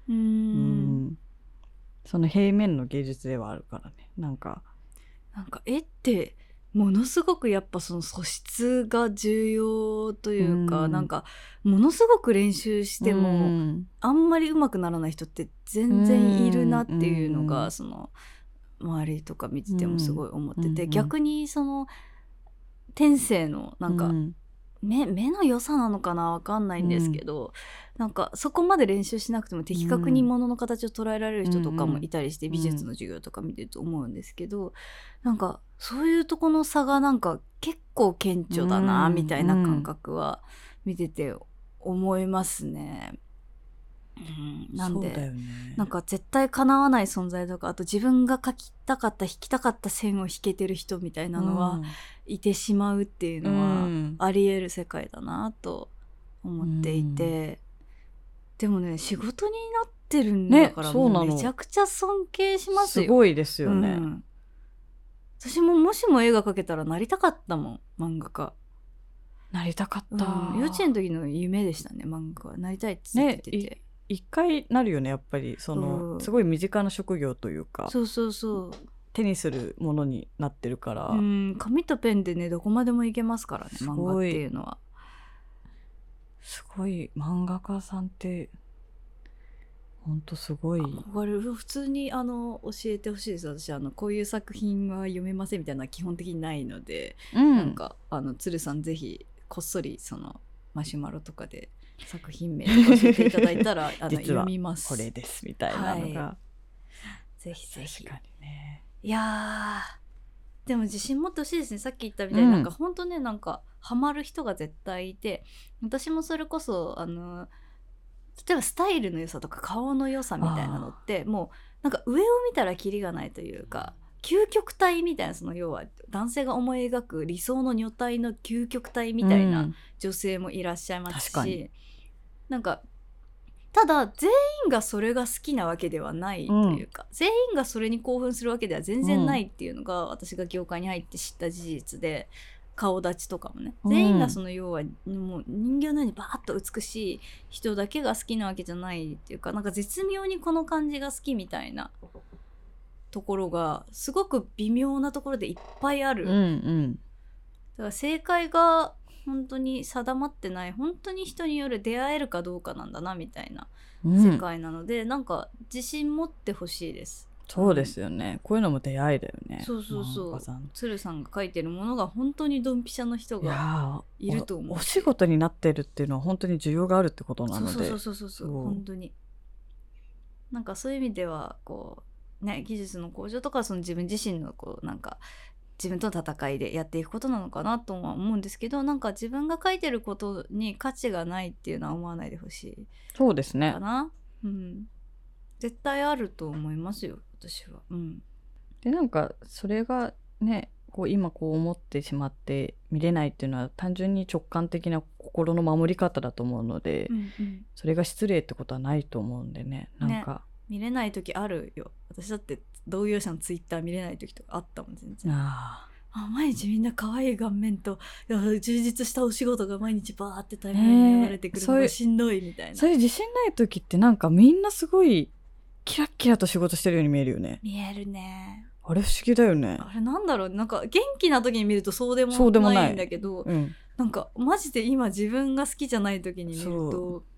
その平面の芸術ではあるからね。なんか絵ってものすごくやっぱその素質が重要というか、なんかものすごく練習しても、あんまり上手くならない人って全然いるなっていうのが、その周りとか見ててもすごい思ってて、逆にその天性のなんか、目の良さなのかな、わかんないんですけど、なんかそこまで練習しなくても的確に物の形を捉えられる人とかもいたりして、美術の授業とか見てると思うんですけど、なんかそういうとこの差がなんか結構顕著だなみたいな感覚は見てて思いますね。なんで、ね、なんか絶対叶わない存在とか、あと自分が描きたかった引きたかった線を引けてる人みたいなのはいてしまうっていうのはあり得る世界だなと思っていて、でもね、仕事になってるんだから、もうめちゃくちゃ尊敬しますよ。 すごいですよね。 私ももしも絵が描けたらなりたかったもん、漫画家。 なりたかった、 幼稚園の時の夢でしたね、漫画家。なりたいって言ってて、 一回なるよね、やっぱりその、すごい身近な職業というか、 そう手にするものになってるから、 紙とペンでね、どこまでもいけますからね、漫画っていうのは。 すごい漫画家さんってほんとすごい。 普通に教えてほしいです。私こういう作品は読めませんみたいなのは基本的にないので、なんか鶴さんぜひこっそりそのマシュマロとかで作品名とか教えていただいたら読みます。 これですみたいなのが、 ぜひぜひ。 確かにね。 いやでも自信持ってほしいですね。さっき言ったみたいに、なんか本当ね、なんかハマる人が絶対いて、私もそれこそ例えばスタイルの良さとか顔の良さみたいなのってもうなんか上を見たらキリがないというか、究極体みたいな、その要は男性が思い描く理想の女体の究極体みたいな女性もいらっしゃいますし、なんかただ全員がそれが好きなわけではないというか、全員がそれに興奮するわけでは全然ないっていうのが、私が業界に入って知った事実で、顔立ちとかもね、全員がその要はもう人形のようにバーッと美しい人だけが好きなわけじゃないっていうか、なんか絶妙にこの感じが好きみたいなところがすごく微妙なところでいっぱいある、だから正解が本当に定まってない、本当に人による出会えるかどうかなんだなみたいな世界なので、なんか自信持ってほしいです。 そうですよね、こういうのも出会いだよね。 そう鶴さんが書いてるものが本当にドンピシャの人がいると思う。 お仕事になってるっていうのは本当に需要があるってことなので、 そう本当になんかそういう意味ではこうね、技術の向上とかその自分自身のこうなんか自分との戦いでやっていくことなのかなとは思うんですけど、なんか自分が書いてることに価値がないっていうのは思わないでほしい。 そうですね。 かな、絶対あると思いますよ、私は。 でなんかそれがね、こう今こう思ってしまって見れないっていうのは単純に直感的な心の守り方だと思うので、それが失礼ってことはないと思うんでね。なんか、 見れない時あるよ。私だって同業者のツイッター見れない時とかあったもん、全然。毎日みんな可愛い顔面と充実したお仕事が毎日バーってタイムラインに流れてくるのがしんどいみたいな。 そういう自信ない時ってなんかみんなすごいキラッキラと仕事してるように見えるよね。 見えるね。 あれ不思議だよね。 あれなんだろう、なんか元気な時に見るとそうでもないんだけど、なんかマジで今自分が好きじゃない時に見ると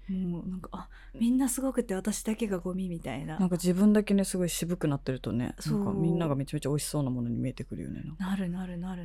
もうなんかみんなすごくて私だけがゴミみたいな。 なんか自分だけねすごい渋くなってるとね、なんかみんながめちゃめちゃ美味しそうなものに見えてくるよね。 なる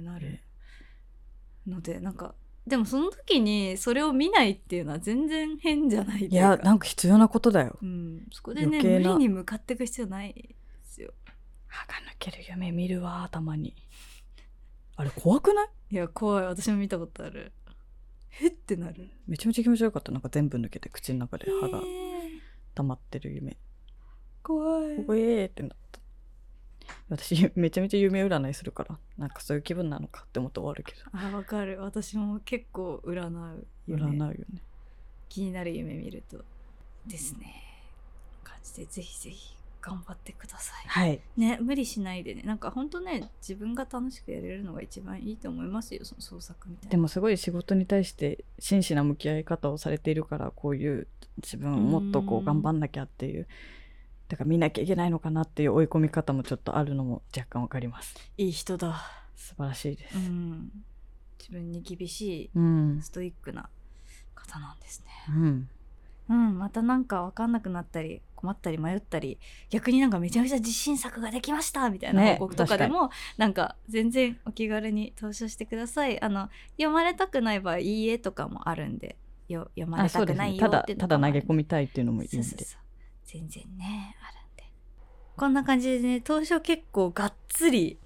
ので、なんかでもその時にそれを見ないっていうのは全然変じゃないですか。 いやなんか必要なことだよ、 そこでね無理に向かっていく必要ないですよ。 歯が抜ける夢見るわたまに。あれ怖くない？ いや怖い、私も見たことある。へってなる。 めちゃめちゃ気持ち悪かった。なんか全部抜けて口の中で歯が溜まってる夢、怖いってなった。私めちゃめちゃ夢占いするから、なんかそういう気分なのかって思って終わるけど。 わかる。私も結構占うよね。気になる夢見るとですね、感じでぜひぜひ頑張ってください。 はいね、無理しないでね。なんか本当ね、自分が楽しくやれるのが一番いいと思いますよ、その創作みたいな。 でもすごい仕事に対して真摯な向き合い方をされているから、こういう自分をもっとこう頑張んなきゃっていう、だから見なきゃいけないのかなっていう追い込み方もちょっとあるのも若干わかります。 いい人だ。 素晴らしいです、 自分に厳しい、ストイックな方なんですね。またなんか分かんなくなったり困ったり迷ったり、逆になんかめちゃめちゃ自信作ができましたみたいな報告とかでも、なんか全然お気軽に投書してください。読まれたくない場合いいえとかもあるんで、読まれたくないよっていうのもあるんで、 ただ投げ込みたいっていうのもいいんで、 全然ねあるんで、こんな感じでね、投書結構がっつり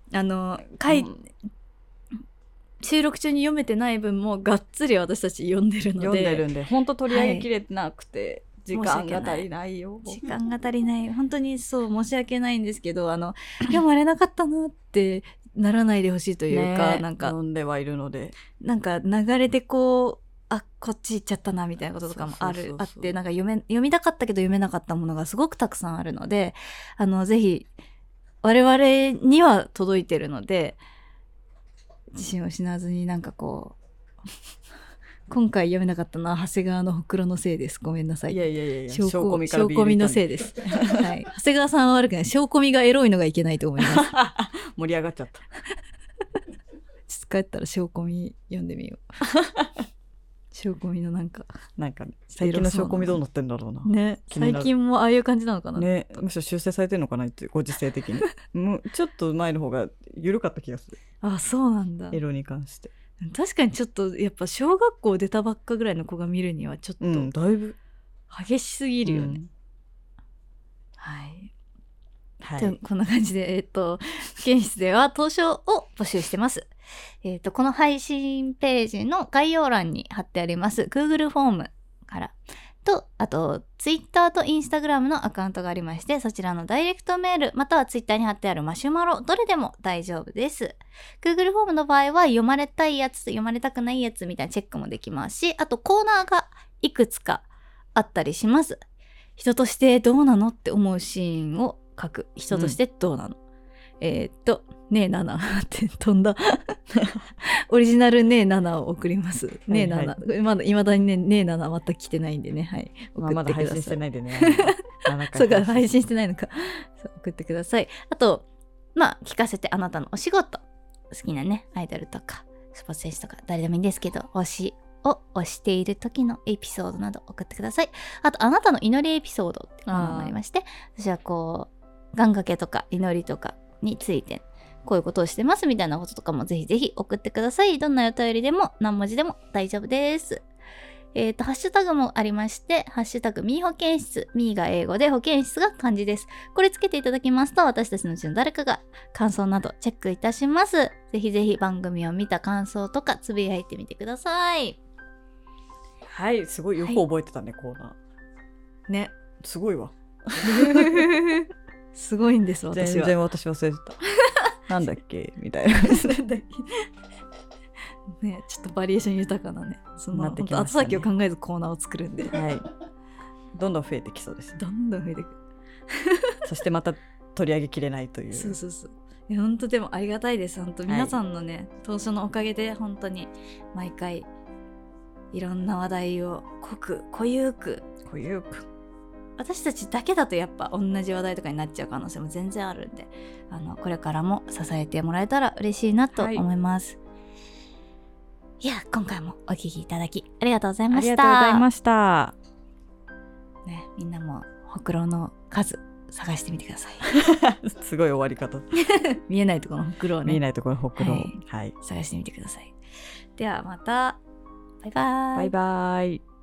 収録中に読めてない分もがっつり私たち読んでるので、 本当取り上げきれてなくて、時間が足りないよ。 時間が足りない。本当にそう申し訳ないんですけど、読まれなかったなってならないでほしいというか、なんか読んではいるので、 なんか流れでこっち行っちゃったなみたいなこととかもあって、なんか読みたかったけど読めなかったものがすごくたくさんあるので、ぜひ我々には届いてるので、自信を失わずに、なんかこう今回読めなかったのは長谷川のほくろのせいです、ごめんなさい。 いや証拠みのせいです、はい、長谷川さんは悪くない。証拠みがエロいのがいけないと思います盛り上がっちゃった。 ちょっと帰ったら証拠み読んでみよう証拠みのなんかね、最近の証拠みどうなってんだろうな。 ね、最近もああいう感じなのかな。 ね、むしろ修正されてるのかなっていう、ご時世的にちょっと前の方が緩かった気がする。 そうなんだ。 エロに関して確かにちょっとやっぱ小学校出たばっかぐらいの子が見るにはちょっと、だいぶ激しすぎるよね、はいこんな感じで、保健室では投書を募集してます。この配信ページの概要欄に貼ってあります Google フォームからと、あと Twitter と Instagram のアカウントがありまして、そちらのダイレクトメールまたは Twitter に貼ってあるマシュマロ、どれでも大丈夫です。 Google フォームの場合は読まれたいやつ、読まれたくないやつみたいなチェックもできますし、あとコーナーがいくつかあったりします。人としてどうなのって思うシーンを書く。人としてどうなの、ねえナナって飛んだオリジナルねえナナを送ります。ねえナナ、いまだにねえナナ全く来てないんでね、はい、送ってください。まだ配信してないでねそうか、配信してないのかそう、送ってください。あと聞かせて、あなたのお仕事、好きなねアイドルとかスポーツ選手とか誰でもいいんですけど、推しを推している時のエピソードなど送ってください。あと、あなたの祈りエピソードっていうのもありまして、私はこう願掛けとか祈りとかについてこういうことをしてますみたいなこととかもぜひぜひ送ってください。どんなお便りでも何文字でも大丈夫です。ハッシュタグもありまして、ハッシュタグミー保健室、ミーが英語で保健室が漢字です。これつけていただきますと、私たちのうちの誰かが感想などチェックいたします。ぜひぜひ番組を見た感想とかつぶやいてみてください。 はい、すごいよく覚えてたね、コーナーね。すごいわすごいんです、私は。 全然私忘れてたなんだっけみたいなね、ちょっとバリエーション豊かなね、その後先を考えずコーナーを作るんで、はい、 どんどん増えてきそうです。 どんどん増えてくそしてまた取り上げきれないという。 そういや本当でもありがたいです。本当皆さんのね、投書のおかげで本当に毎回いろんな話題を濃ゆく私たちだけだとやっぱ同じ話題とかになっちゃう可能性も全然あるんで、これからも支えてもらえたら嬉しいなと思います、いや今回もお聞きいただきありがとうございました。 ありがとうございました。 ね、みんなもほくろの数探してみてくださいすごい終わり方見えないところのほくろをね、 見えないところのほくろを、 はいはい、 探してみてください。ではまた、バイバイ。 バイバイ。